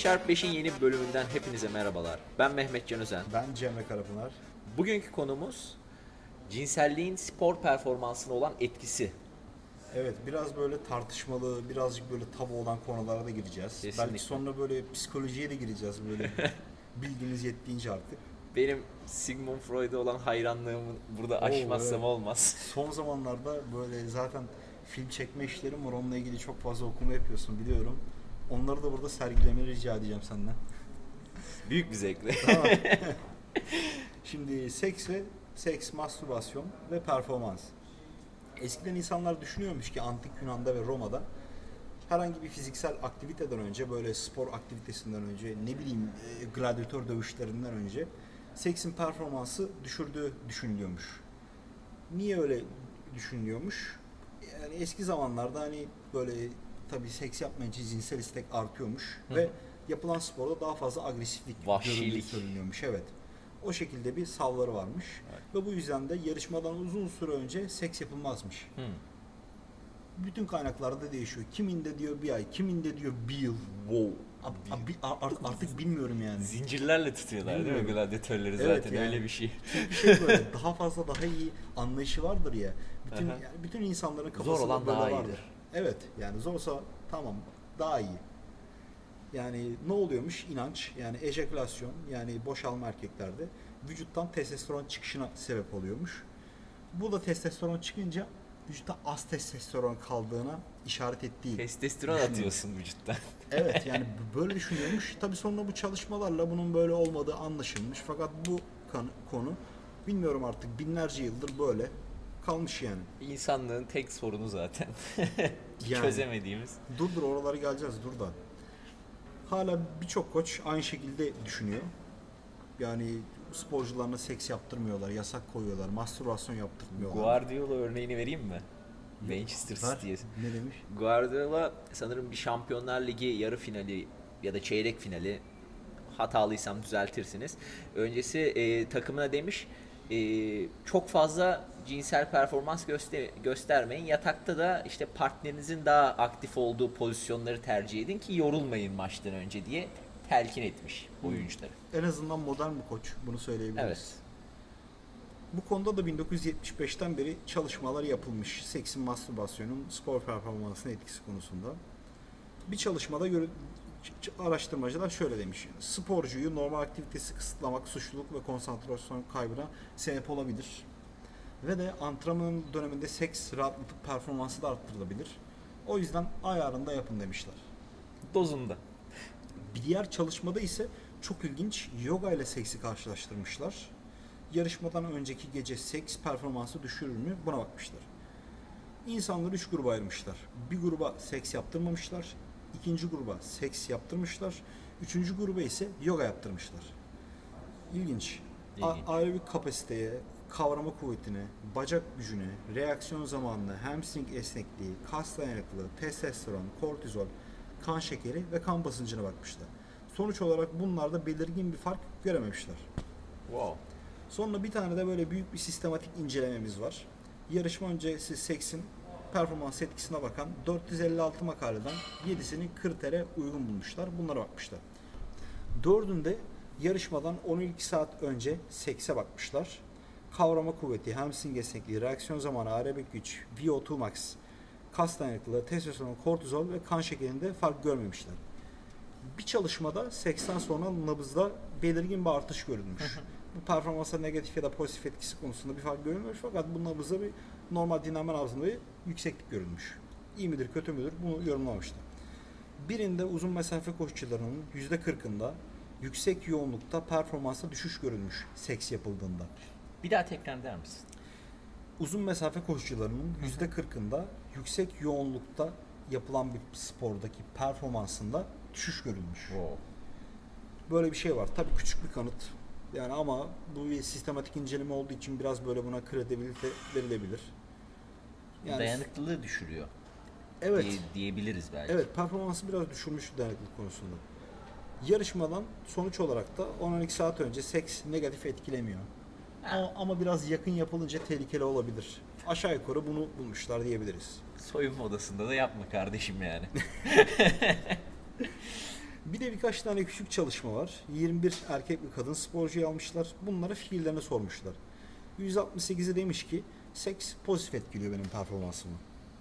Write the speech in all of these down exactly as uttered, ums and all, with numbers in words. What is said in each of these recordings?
çarpı beşin yeni bir bölümünden hepinize merhabalar. Ben Mehmet Can Özen. Ben Cemre Karapınar. Bugünkü konumuz cinselliğin spor performansına olan etkisi. Evet, biraz böyle tartışmalı, birazcık böyle tabu olan konulara da gireceğiz. Kesinlikle. Belki sonra böyle psikolojiye de gireceğiz böyle bilginiz yettiğince artık. Benim Sigmund Freud'a olan hayranlığımı burada Oo, aşmazsam evet. olmaz. Son zamanlarda böyle zaten film çekme işlerim var, onunla ilgili çok fazla okuma yapıyorsun biliyorum. Onları da burada sergilemeni rica edeceğim senden. Büyük bir zevkle. Tamam. Şimdi seks ve seks, mastürbasyon ve performans. Eskiden insanlar düşünüyormuş ki antik Yunan'da ve Roma'da herhangi bir fiziksel aktiviteden önce, böyle spor aktivitesinden önce, ne bileyim e, gladyatör dövüşlerinden önce seksin performansı düşürdüğü düşünülüyormuş. Niye öyle düşünülüyormuş? Yani eski zamanlarda hani böyle tabii seks yapmayınca cinsel istek artıyormuş Hı hı. ve yapılan sporda daha fazla agresiflik Vahşilik. görüldüğü söyleniyormuş. Evet. O şekilde bir savları varmış. Evet. Ve bu yüzden de yarışmadan uzun süre önce seks yapılmazmış. Hmm. Bütün kaynaklarda değişiyor. Kiminde diyor bir ay, kiminde diyor bir yıl. Wow. A- a- bi- a- art- artık bilmiyorum yani. Zincirlerle tutuyorlar değil mi Bilmiyorum. gladyatörleri Evet zaten yani. öyle bir şey. Bir şey böyle daha fazla daha iyi anlayışı vardır ya. Bütün Aha. yani bütün insanların Zor kafasında olan böyle daha vardır. iyidir. Evet yani zorsa tamam daha iyi. Yani ne oluyormuş? İnanç yani ejekülasyon yani boşalma erkeklerde vücuttan testosteron çıkışına sebep oluyormuş. Bu da testosteron çıkınca vücutta az testosteron kaldığına işaret ettiği. Testosteron düşünüyormuş. atıyorsun vücuttan. Evet yani böyle düşünüyormuş. Tabii sonra bu çalışmalarla bunun böyle olmadığı anlaşılmış. Fakat bu kan- konu bilmiyorum artık binlerce yıldır böyle kalmış yani. İnsanlığın tek sorunu zaten. Yani. Çözemediğimiz. Dur dur oralara geleceğiz dur da. Hala birçok koç aynı şekilde düşünüyor. Yani sporcularına seks yaptırmıyorlar, yasak koyuyorlar, mastürbasyon yaptırmıyorlar. Guardiola örneğini vereyim mi? Manchester Ver. City'ye. Ne demiş? Guardiola sanırım bir Şampiyonlar Ligi yarı finali ya da çeyrek finali, hatalıysam düzeltirsiniz. Öncesi e, takımına demiş e, çok fazla cinsel performans göster göstermeyin. Yatakta da işte partnerinizin daha aktif olduğu pozisyonları tercih edin ki yorulmayın maçtan önce diye telkin etmiş oyuncuları. En azından modern bir koç, bunu söyleyebiliriz. Evet. Bu konuda da bin dokuz yüz yetmiş beşten beri çalışmalar yapılmış. Seksin mastürbasyonun spor performansına etkisi konusunda. Bir çalışmada göre araştırmacılar şöyle demiş. Sporcuyu normal aktivitesi kısıtlamak suçluluk ve konsantrasyon kaybına sebep olabilir. Ve de antrenman döneminde seks rahatlatıp performansı da arttırılabilir. O yüzden ayarında yapın demişler. Dozunda. Bir diğer çalışmada ise çok ilginç yoga ile seksi karşılaştırmışlar. Yarışmadan önceki gece seks performansı düşürür mü? Buna bakmışlar. İnsanları üç gruba ayırmışlar. Bir gruba seks yaptırmamışlar. İkinci gruba seks yaptırmışlar. Üçüncü gruba ise yoga yaptırmışlar. İlginç. A- İlginç. aerobik kapasiteye, kavrama kuvvetine, bacak gücüne, reaksiyon zamanına, hamstring esnekliği, kas dayanıklılığı, testosteron, kortizol, kan şekeri ve kan basıncına bakmışlar. Sonuç olarak bunlarda belirgin bir fark görememişler. Wow. Sonra bir tane de böyle büyük bir sistematik incelememiz var. Yarışma öncesi seksin performans etkisine bakan dört yüz elli altı makaleden yedisini kritere uygun bulmuşlar. Bunlara bakmışlar. Dördünde yarışmadan on iki saat önce sekse bakmışlar. Kavrama kuvveti, hamstring esnekliği, reaksiyon zamanı, aerobik güç, V O iki max, kas dayanıklılığı, testosteron, kortizol ve kan şekerinde fark görmemişler. Bir çalışmada seksten sonra nabızda belirgin bir artış görülmüş. Bu performansa negatif ya da pozitif etkisi konusunda bir fark görülmemiş fakat bu nabızda bir normal dinlenme nabzında bir yükseklik görülmüş. İyi midir kötü müdür bunu yorumlamışlar. Birinde uzun mesafe koşucularının yüzde kırkında yüksek yoğunlukta performansa düşüş görülmüş seks yapıldığında. Bir daha tekrar eder misin? Uzun mesafe koşucularının yüzde kırkında yüksek yoğunlukta yapılan bir spordaki performansında düşüş görülmüş. Wow. Böyle bir şey var. Tabii küçük bir kanıt. Yani ama bu bir sistematik inceleme olduğu için biraz böyle buna kredibilite verilebilir. Yani Dayanıklılığı düşürüyor. evet. Diye, diyebiliriz belki. Evet, performansı biraz düşürmüş dayanıklılık konusunda. Yarışmadan sonuç olarak da on on iki saat önce seks negatif etkilemiyor. Ama, ama biraz yakın yapılınca tehlikeli olabilir. Aşağı yukarı bunu bulmuşlar diyebiliriz. Soyunma odasında da yapma kardeşim yani. Bir de birkaç tane küçük çalışma var. yirmi bir erkek ve kadın sporcuyu almışlar. Bunlara fikirlerini sormuşlar. yüz altmış sekizi demiş ki seks pozitif etkiliyor benim performansımı.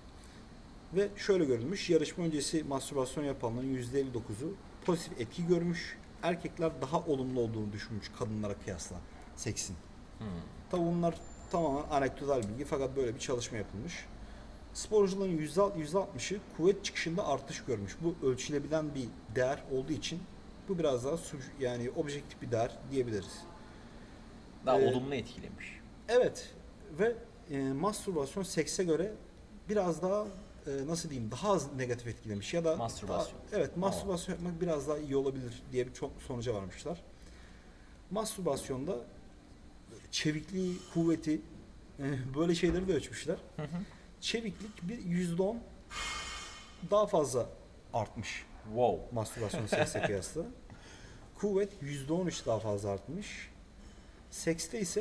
Ve şöyle görülmüş. Yarışma öncesi mastürbasyon yapanların yüzde elli dokuzu pozitif etki görmüş. Erkekler daha olumlu olduğunu düşünmüş kadınlara kıyasla seksin. Hmm. Tabi bunlar tamamen anekdotal bilgi fakat böyle bir çalışma yapılmış. Sporcuların yüzde altmışı kuvvet çıkışında artış görmüş. Bu ölçülebilen bir değer olduğu için bu biraz daha yani objektif bir değer diyebiliriz. Daha Ee, olumlu etkilemiş. Evet ve e, mastürbasyon sekse göre biraz daha e, nasıl diyeyim daha az negatif etkilemiş ya da Mastürbasyon. Daha, evet mastürbasyon yapmak biraz daha iyi olabilir diye bir çok sonuca varmışlar. Mastürbasyonda çevikliği, kuvveti e, böyle şeyleri de ölçmüşler. Hı hı. Çeviklik bir yüzde on daha fazla artmış Wow. mastürbasyon sekse kıyasla. Kuvvet yüzde on üç daha fazla artmış. Sekste ise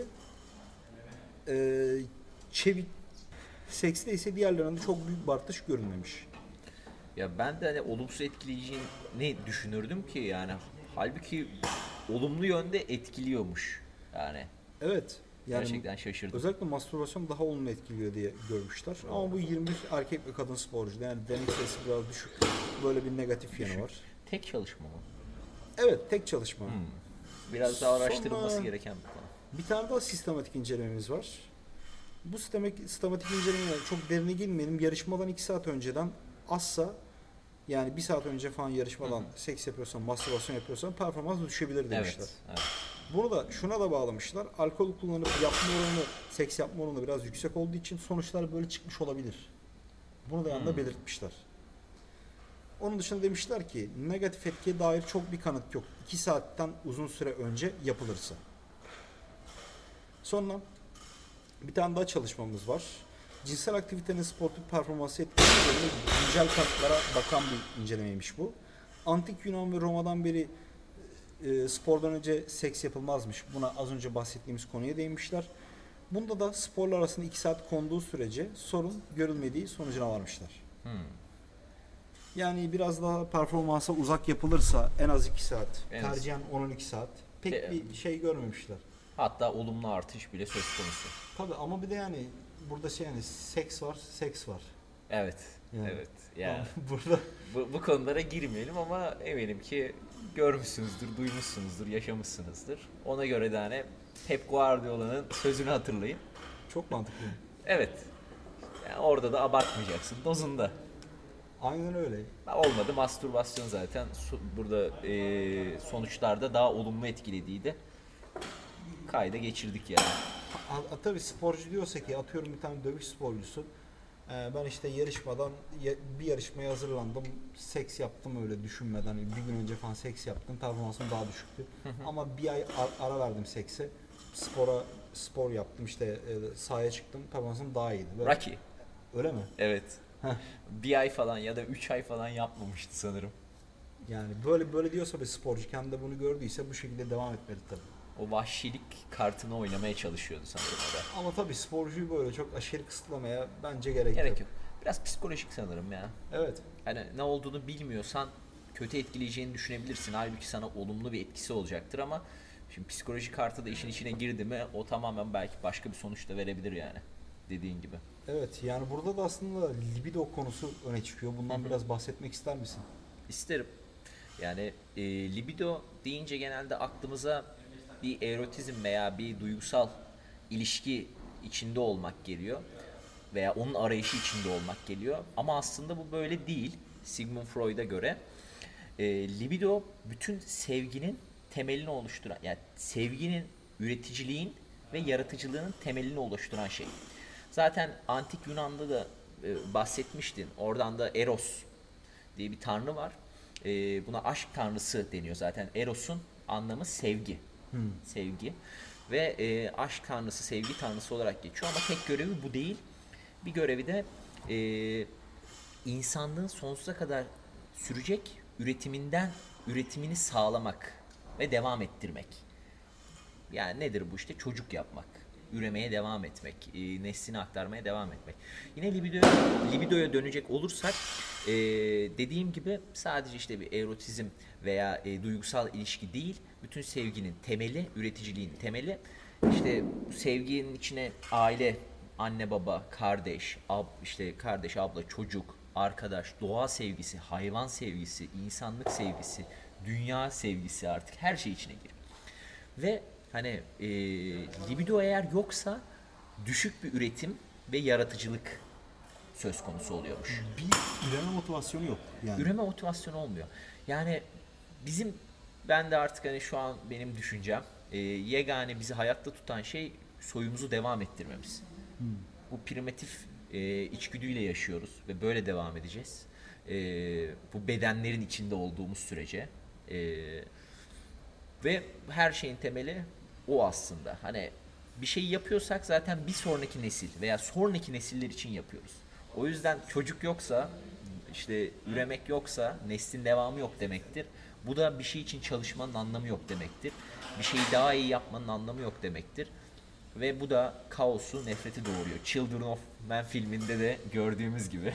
e, çevik sekste ise diğerlerinde çok büyük bir artış görülmemiş. Ya ben de hani olumsuz etkileyeceğini ne düşünürdüm ki yani halbuki olumlu yönde etkiliyormuş yani. Evet. Yani Gerçekten şaşırdım. özellikle mastürbasyon daha olumlu etkiliyor diye görmüşler. Ama bu yirmi bir erkek ve kadın sporcu. Yani deney sayısı biraz düşük. Böyle bir negatif yanı var. Tek çalışma mı? Evet, tek çalışma. Hmm. Biraz daha Sonra- araştırılması gereken bir konu. Bir tane daha sistematik incelememiz var. Bu sistematik, sistematik incelemeye çok derine girmeyelim. Yarışmadan iki saat önceden azsa yani bir saat önce falan yarışmadan Hı hı. seks yapıyorsan, mastürbasyon yapıyorsan performans düşebilir demişler. Evet. evet. Bunu da şuna da bağlamışlar. Alkol kullanıp yapma oranı, seks yapma oranı biraz yüksek olduğu için sonuçlar böyle çıkmış olabilir. Bunu da yanında Hmm. belirtmişler. Onun dışında demişler ki negatif etkiye dair çok bir kanıt yok. iki saatten uzun süre önce yapılırsa. Sonra bir tane daha çalışmamız var. Cinsel aktivitenin sportif performansı etkisi üzerine güncel kanıtlara bakan bir incelemeymiş bu. Antik Yunan ve Roma'dan beri e, spordan önce seks yapılmazmış. Buna az önce bahsettiğimiz konuya değinmişler. Bunda da sporlar arasında iki saat konduğu sürece sorun görülmediği sonucuna varmışlar. Hmm. Yani biraz daha performansa uzak yapılırsa en az iki saat, En az. tercihen on on iki saat pek E, bir şey görmemişler. Hatta olumlu artış bile söz konusu. Tabii ama bir de yani burada şey yani seks var, seks var. Evet. Yani. Evet. Yani Burada bu, bu konulara girmeyelim ama eminim ki görmüşsünüzdür, duymuşsunuzdur, yaşamışsınızdır. Ona göre de hani Pep Guardiola'nın sözünü hatırlayın. çok mantıklı. Evet. Yani orada da abartmayacaksın. Dozunda. Aynen öyle. Olmadı mastürbasyon zaten su- burada e, sonuçlarda daha olumlu etkilediği de kayda geçirdik yani. A, a, tabii sporcu diyorsa ki atıyorum bir tane dövüş sporcusu e, ben işte yarışmadan ya- bir yarışmaya hazırlandım, seks yaptım öyle düşünmeden bir gün önce falan seks yaptım, performansım daha düşüktü. Ama bir ay ar- ara verdim sekse, spora spor yaptım işte e, sahaya çıktım, performansım daha iyiydi. Böyle- Rocky. Öyle mi? Evet. Heh. Bir ay falan ya da üç ay falan yapmamıştı sanırım. Yani böyle böyle diyorsa bir sporcu kendi de bunu gördüyse bu şekilde devam etmeli tabii. O vahşilik kartını oynamaya çalışıyordu sanırım o da. Ama tabii sporcuyu böyle çok aşırı kısıtlamaya bence gerek, Gerek yok. Biraz psikolojik sanırım ya. Evet. Hani ne olduğunu bilmiyorsan kötü etkileyeceğini düşünebilirsin. Halbuki sana olumlu bir etkisi olacaktır ama şimdi psikoloji kartı da işin içine girdi mi o tamamen belki başka bir sonuç da verebilir yani. Dediğin gibi. Evet yani burada da aslında libido konusu öne çıkıyor. Bundan biraz bahsetmek ister misin? İsterim. Yani e, libido deyince genelde aklımıza bir erotizm veya bir duygusal ilişki içinde olmak geliyor. Veya onun arayışı içinde olmak geliyor. Ama aslında bu böyle değil. Sigmund Freud'a göre. E, libido bütün sevginin temelini oluşturan, yani sevginin, üreticiliğin ve yaratıcılığın temelini oluşturan şey. Zaten Antik Yunan'da da e, bahsetmiştin. Oradan da Eros diye bir tanrı var. E, buna aşk tanrısı deniyor zaten. Eros'un anlamı sevgi. Hmm. Sevgi. Ve e, aşk tanrısı, sevgi tanrısı olarak geçiyor. Ama tek görevi bu değil. Bir görevi de e, insanlığın sonsuza kadar sürecek üretiminden üretimini sağlamak ve devam ettirmek. Yani nedir bu işte? Çocuk yapmak, üremeye devam etmek, e, neslini aktarmaya devam etmek. Yine libidoya, libidoya dönecek olursak Ee, dediğim gibi sadece işte bir erotizm veya e, duygusal ilişki değil, bütün sevginin temeli, üreticiliğin temeli. İşte bu sevginin içine aile, anne baba, kardeş, ab, işte kardeş, abla, çocuk, arkadaş, doğa sevgisi, hayvan sevgisi, insanlık sevgisi, dünya sevgisi, artık her şey içine giriyor. Ve hani e, libido eğer yoksa düşük bir üretim ve yaratıcılık söz konusu oluyormuş. Bir üreme motivasyonu yok. Yani. Üreme motivasyonu olmuyor. Yani bizim, ben de artık hani şu an benim düşüncem, e, yegane bizi hayatta tutan şey soyumuzu devam ettirmemiz. Hmm. Bu primitif e, içgüdüyle yaşıyoruz ve böyle devam edeceğiz. E, bu bedenlerin içinde olduğumuz sürece. E, ve her şeyin temeli o aslında. Hani bir şeyi yapıyorsak zaten bir sonraki nesil veya sonraki nesiller için yapıyoruz. O yüzden çocuk yoksa, işte üremek yoksa neslin devamı yok demektir. Bu da bir şey için çalışmanın anlamı yok demektir. Bir şeyi daha iyi yapmanın anlamı yok demektir. Ve bu da kaosu, nefreti doğuruyor. Children of Men filminde de gördüğümüz gibi.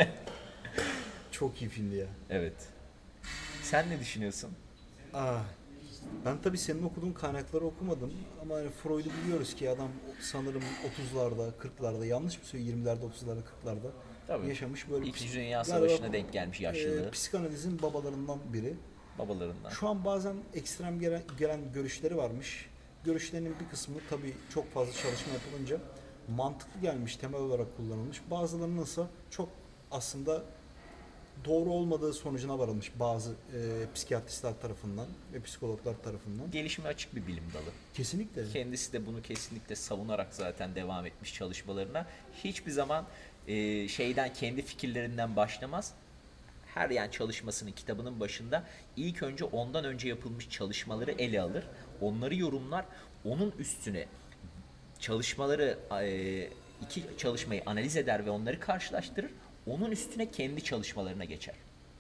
Çok iyi filmdi ya. Evet. Sen ne düşünüyorsun? Ah, ben tabii senin okuduğun kaynakları okumadım ama hani Freud'u biliyoruz ki adam sanırım otuzlarda, kırklarda, yanlış mı söylüyor, yirmilerde, otuzlarda, kırklarda Tabii. yaşamış böyle. İkinci Dünya Galiba, Savaşı'na denk gelmiş yaşlılığı. E, psikanalizin babalarından biri. Babalarından. Şu an bazen ekstrem gelen, gelen görüşleri varmış. Görüşlerinin bir kısmı tabii çok fazla çalışma yapılınca mantıklı gelmiş, temel olarak kullanılmış. Bazılarının ise çok aslında doğru olmadığı sonucuna varılmış bazı e, psikiyatristler tarafından ve psikologlar tarafından. Gelişime açık bir bilim dalı. Kesinlikle. Kendisi de bunu kesinlikle savunarak zaten devam etmiş çalışmalarına. Hiçbir zaman e, şeyden, kendi fikirlerinden başlamaz. Her yani çalışmasının, kitabının başında ilk önce ondan önce yapılmış çalışmaları ele alır. Onları yorumlar. Onun üstüne çalışmaları, e, iki çalışmayı analiz eder ve onları karşılaştırır. Onun üstüne kendi çalışmalarına geçer.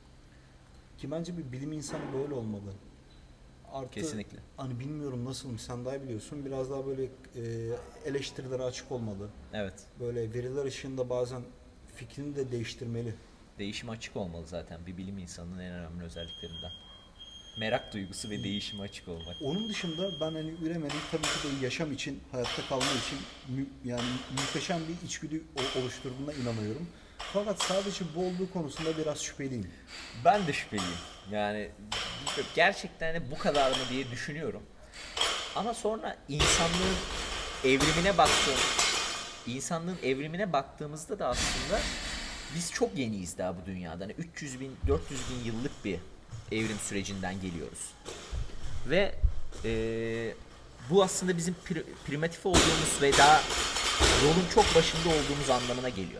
Ki bence bir bilim insanı böyle olmalı. Artı, Kesinlikle. hani bilmiyorum nasılmış, sen daha iyi biliyorsun. Biraz daha böyle e, eleştirilere açık olmalı. Evet. Böyle veriler ışığında bazen fikrini de değiştirmeli. Değişime açık olmalı zaten. Bir bilim insanının en önemli özelliklerinden. Merak duygusu ve değişime açık olmak. Onun dışında ben hani üremenin tabii ki de yaşam için, hayatta kalma için mü, yani muhteşem bir içgüdü oluşturduğuna inanıyorum. Fakat sadece bu olduğu konusunda biraz şüpheliyim. Ben de şüpheliyim. Yani gerçekten de bu kadar mı diye düşünüyorum. Ama sonra insanlığın evrimine baktığım, insanlığın evrimine baktığımızda da aslında biz çok yeniyiz daha bu dünyada. Yani üç yüz bin, dört yüz bin yıllık bir evrim sürecinden geliyoruz. Ve e, bu aslında bizim pri- primitif olduğumuz ve daha yolun çok başında olduğumuz anlamına geliyor.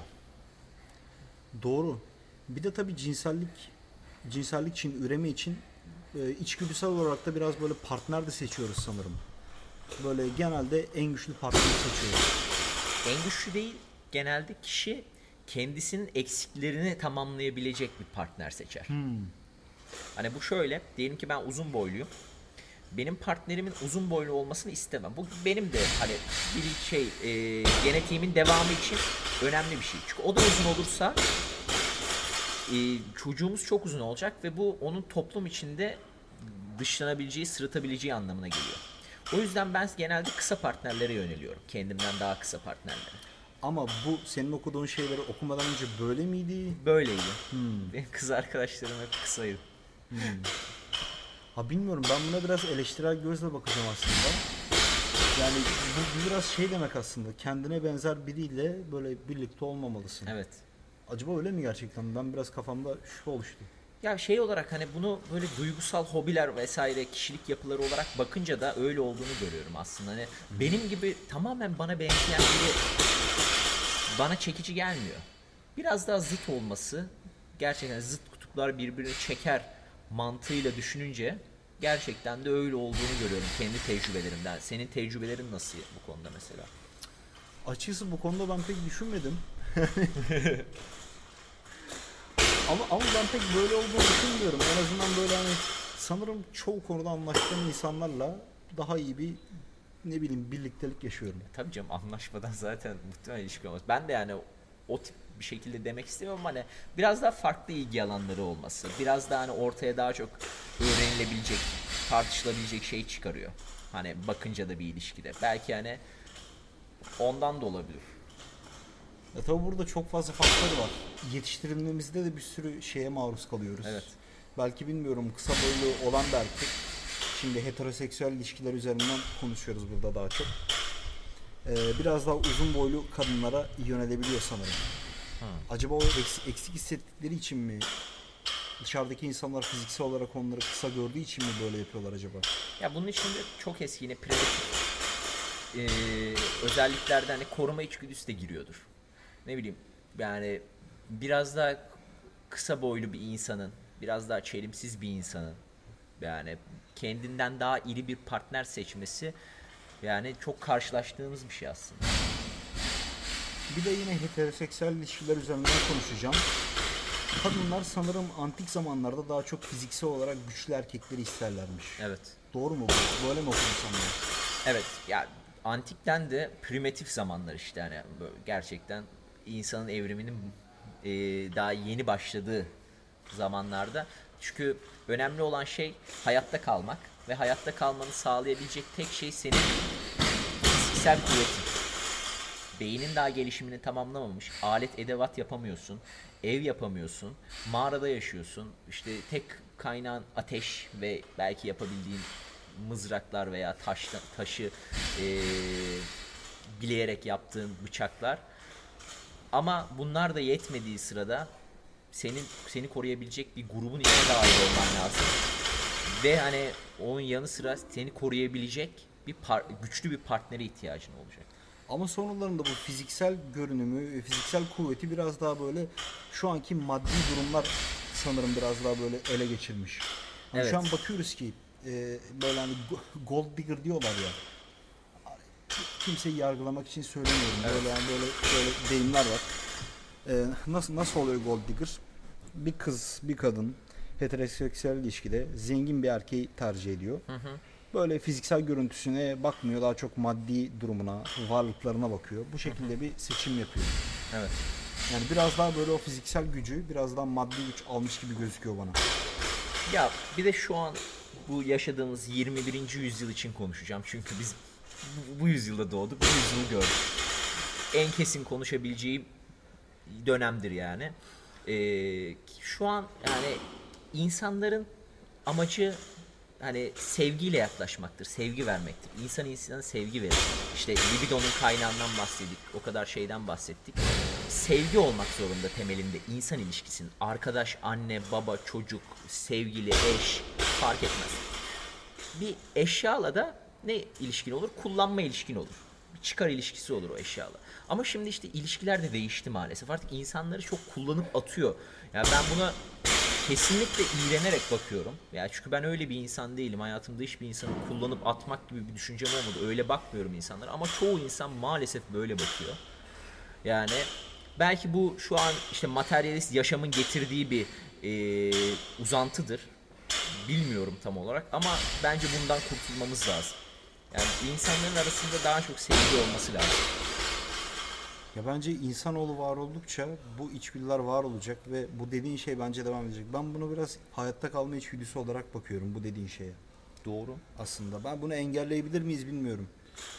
Doğru. Bir de tabii cinsellik, cinsellik için, üreme için e, içgüdüsel olarak da biraz böyle partner de seçiyoruz sanırım. Böyle genelde en güçlü partneri seçiyoruz. En güçlü değil, genelde kişi kendisinin eksiklerini tamamlayabilecek bir partner seçer. Hmm. Hani bu şöyle, diyelim ki ben uzun boyluyum. Benim partnerimin uzun boylu olmasını istemem. Bu benim de hani bir şey, e, genetiğimin devamı için önemli bir şey. Çünkü o da uzun olursa e, çocuğumuz çok uzun olacak ve bu onun toplum içinde dışlanabileceği, sırıtabileceği anlamına geliyor. O yüzden ben genelde kısa partnerlere yöneliyorum. Kendimden daha kısa partnerlere. Ama bu senin okuduğun şeyleri okumadan önce böyle miydi? Böyleydi. Hmm. Benim kız arkadaşlarım hep kısaydı. Hmm. Ha bilmiyorum, ben buna biraz eleştirel gözle bakacağım aslında. Yani bu, bu biraz şey demek aslında, kendine benzer biriyle böyle birlikte olmamalısın. Evet. Acaba öyle mi gerçekten? Ben biraz kafamda şüphe oluştu. Ya şey olarak hani bunu böyle duygusal hobiler vesaire, kişilik yapıları olarak bakınca da öyle olduğunu görüyorum aslında. Hani benim gibi tamamen bana benzeyen biri bana çekici gelmiyor. Biraz daha zıt olması, gerçekten zıt kutuplar birbirini çeker mantığıyla düşününce gerçekten de öyle olduğunu görüyorum kendi tecrübelerimden. Senin tecrübelerin nasıl bu konuda mesela? Açıkçası bu konuda ben pek düşünmedim. ama ama ben pek böyle olduğunu düşünmüyorum. En azından böyle hani sanırım çoğu konuda anlaştığım insanlarla daha iyi bir, ne bileyim, birliktelik yaşıyorum. Tabii canım, anlaşmadan zaten muhtemelen ilişki olmaz. Ben de yani o tip bir şekilde demek istemiyorum ama hani biraz daha farklı ilgi alanları olması, biraz daha hani ortaya daha çok öğrenilebilecek, tartışılabilecek şey çıkarıyor. Hani bakınca da bir ilişkide. Belki hani ondan da olabilir. Ya tabi burada çok fazla faktör var. Yetiştirilmemizde de bir sürü şeye maruz kalıyoruz. Evet. Belki bilmiyorum, kısa boylu olan bir erkek. Şimdi heteroseksüel ilişkiler üzerinden konuşuyoruz burada daha çok. Ee, biraz daha uzun boylu kadınlara yönelebiliyor sanırım. Ha. Acaba o eksik, eksik hissettikleri için mi? Dışarıdaki insanlar fiziksel olarak onları kısa gördüğü için mi böyle yapıyorlar acaba? Ya bunun içinde çok eski yine primitif e, özelliklerden hani koruma içgüdüsü de giriyordur. Ne bileyim yani biraz daha kısa boylu bir insanın, biraz daha çelimsiz bir insanın yani kendinden daha iri bir partner seçmesi yani çok karşılaştığımız bir şey aslında. Bir de yine heteroseksüel ilişkiler üzerinden konuşacağım. Kadınlar sanırım antik zamanlarda daha çok fiziksel olarak güçlü erkekleri isterlermiş. Evet. Doğru mu bu? Böyle mi okudun sanırım? Evet. Ya antikten de primitif zamanlar işte yani böyle gerçekten insanın evriminin e, daha yeni başladığı zamanlarda. Çünkü önemli olan şey hayatta kalmak ve hayatta kalmanı sağlayabilecek tek şey senin fiziksel kuvvetin. Beynin daha gelişimini tamamlamamış, alet edevat yapamıyorsun, ev yapamıyorsun, mağarada yaşıyorsun. İşte tek kaynağın ateş ve belki yapabildiğin mızraklar veya taş, taşı ee, bileyerek yaptığın bıçaklar. Ama bunlar da yetmediği sırada senin seni koruyabilecek bir grubun içine dahil olman lazım. Ve hani onun yanı sıra seni koruyabilecek bir par- güçlü bir partnere ihtiyacın olacak. Ama sonralarında bu fiziksel görünümü, fiziksel kuvveti biraz daha böyle şu anki maddi durumlar sanırım biraz daha böyle ele geçirmiş. Yani Evet. Şu an bakıyoruz ki e, böyle hani gold digger diyorlar ya. Kimseyi yargılamak için söylemiyorum. Evet. Böyle yani böyle böyle deyimler var. E, nasıl nasıl oluyor gold digger? Bir kız, bir kadın heteroseksüel ilişkide zengin bir erkeği tercih ediyor. Hı hı. Böyle fiziksel görüntüsüne bakmıyor, daha çok maddi durumuna, varlıklarına bakıyor. Bu şekilde bir seçim yapıyor. Evet. Yani biraz daha böyle o fiziksel gücü, biraz daha maddi güç almış gibi gözüküyor bana. Ya bir de şu an bu yaşadığımız yirmi birinci yüzyıl için konuşacağım. Çünkü biz bu, bu yüzyılda doğduk, bu yüzyılı gördük. En kesin konuşabileceğim dönemdir yani. Ee, şu an yani insanların amacı hani sevgiyle yaklaşmaktır, sevgi vermektir. İnsan insana sevgi verir. İşte libidonun kaynağından bahsettik, o kadar şeyden bahsettik. Sevgi olmak zorunda temelinde insan ilişkisinin. Arkadaş, anne, baba, çocuk, sevgili, eş fark etmez. Bir eşyala da ne ilişkin olur? Kullanma ilişkin olur. Bir çıkar ilişkisi olur o eşyala. Ama şimdi işte ilişkiler de değişti maalesef. Artık insanları çok kullanıp atıyor. Yani ben buna kesinlikle iğrenerek bakıyorum. Yani çünkü ben öyle bir insan değilim. Hayatımda hiçbir insanı kullanıp atmak gibi bir düşüncem olmadı. Öyle bakmıyorum insanlara. Ama çoğu insan maalesef böyle bakıyor. Yani belki bu şu an işte materyalist yaşamın getirdiği bir e, uzantıdır. Bilmiyorum tam olarak ama bence bundan kurtulmamız lazım. Yani insanların arasında daha çok sevgi olması lazım. Ya bence insanoğlu var oldukça bu içgüdüler var olacak ve bu dediğin şey bence devam edecek. Ben bunu biraz hayatta kalma içgüdüsü olarak bakıyorum bu dediğin şeye. Doğru. Aslında ben bunu engelleyebilir miyiz bilmiyorum.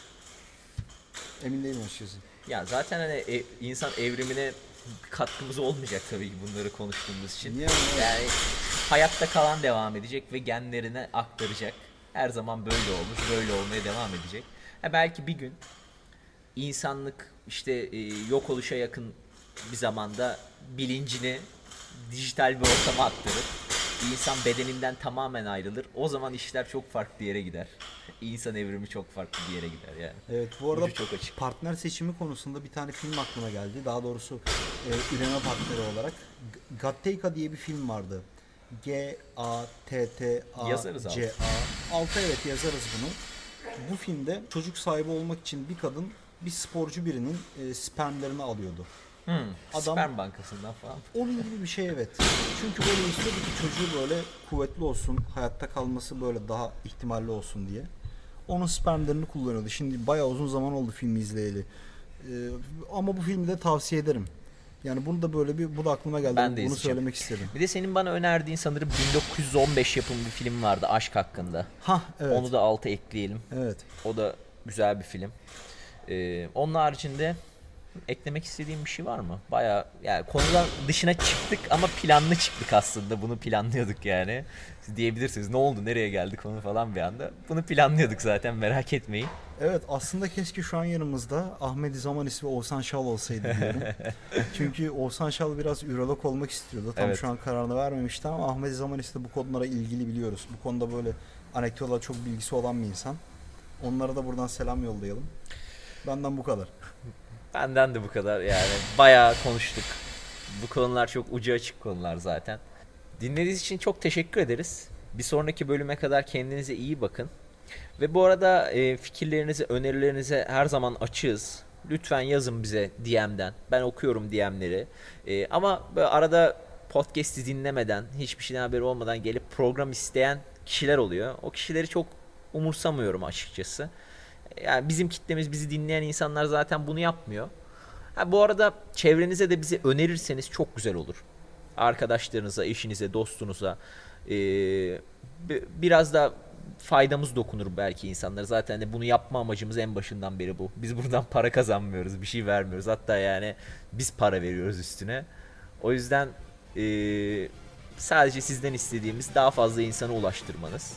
Emin değilim açıkçası. Ya zaten hani e, insan evrimine katkımız olmayacak tabii ki bunları konuştuğumuz için. Niye? Yani hayatta kalan devam edecek ve genlerine aktaracak. Her zaman böyle olmuş, böyle olmaya devam edecek. Ha belki bir gün insanlık işte e, yok oluşa yakın bir zamanda bilincini dijital bir ortama aktarır. İnsan bedeninden tamamen ayrılır. O zaman işler çok farklı yere gider. İnsan evrimi çok farklı bir yere gider yani. Evet, bu arada Ucu çok açık. partner seçimi konusunda bir tane film aklıma geldi. Daha doğrusu e, üreme partneri olarak G- Gattaca diye bir film vardı. G A T T A Yazarız C A. Altı evet yazarız bunu. Bu filmde çocuk sahibi olmak için bir kadın bir sporcu birinin e, spermlerini alıyordu. Hmm, Adam- sperm bankasından falan. Onun gibi bir şey evet. Çünkü böyle istiyordu ki çocuğu böyle kuvvetli olsun, hayatta kalması böyle daha ihtimalli olsun diye. Onun spermlerini kullanıyordu. Şimdi bayağı uzun zaman oldu filmi izleyeli. Ee, ama bu filmi de tavsiye ederim. Yani bunu da böyle bir bu da aklıma geldi. Ben de bunu izleyeceğim. söylemek istedim. Bir de senin bana önerdiğin sanırım bin dokuz yüz on beş yapımı bir film vardı aşk hakkında. Ha evet. Onu da alta ekleyelim. Evet. O da güzel bir film. Ee, onun haricinde eklemek istediğim bir şey var mı? Baya yani konudan dışına çıktık ama planlı çıktık aslında. Bunu planlıyorduk yani. Siz diyebilirsiniz ne oldu nereye geldik onu falan bir anda. Bunu planlıyorduk zaten, merak etmeyin. Evet, aslında keşke şu an yanımızda Ahmet Zamanis ve Oğuzhan Şal olsaydı diyorum. Çünkü Oğuzhan Şal biraz ürolog olmak istiyordu. Tam Evet. şu an kararını vermemişti ama Ahmet Zamanis de bu konulara ilgili biliyoruz. Bu konuda böyle anekdotla çok bilgisi olan bir insan. Onlara da buradan selam yollayalım. Benden bu kadar. Benden de bu kadar yani. Bayağı konuştuk. Bu konular çok ucu açık konular zaten. Dinlediğiniz için çok teşekkür ederiz. Bir sonraki bölüme kadar kendinize iyi bakın. Ve bu arada e, fikirlerinizi, önerilerinize her zaman açığız. Lütfen yazın bize D M'den. Ben okuyorum D M'leri. E, ama böyle arada podcast'i dinlemeden, hiçbir şeyden haberi olmadan gelip program isteyen kişiler oluyor. O kişileri çok umursamıyorum açıkçası. Yani bizim kitlemiz, bizi dinleyen insanlar zaten bunu yapmıyor. Ha, bu arada çevrenize de bizi önerirseniz çok güzel olur. Arkadaşlarınıza, eşinize, dostunuza e, biraz da faydamız dokunur belki insanlara. Zaten de bunu yapma amacımız en başından beri bu. Biz buradan para kazanmıyoruz, bir şey vermiyoruz. Hatta yani biz para veriyoruz üstüne. O yüzden e, sadece sizden istediğimiz daha fazla insana ulaştırmanız.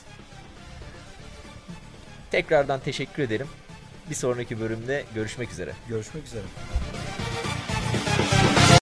Tekrardan teşekkür ederim. Bir sonraki bölümde görüşmek üzere. Görüşmek üzere.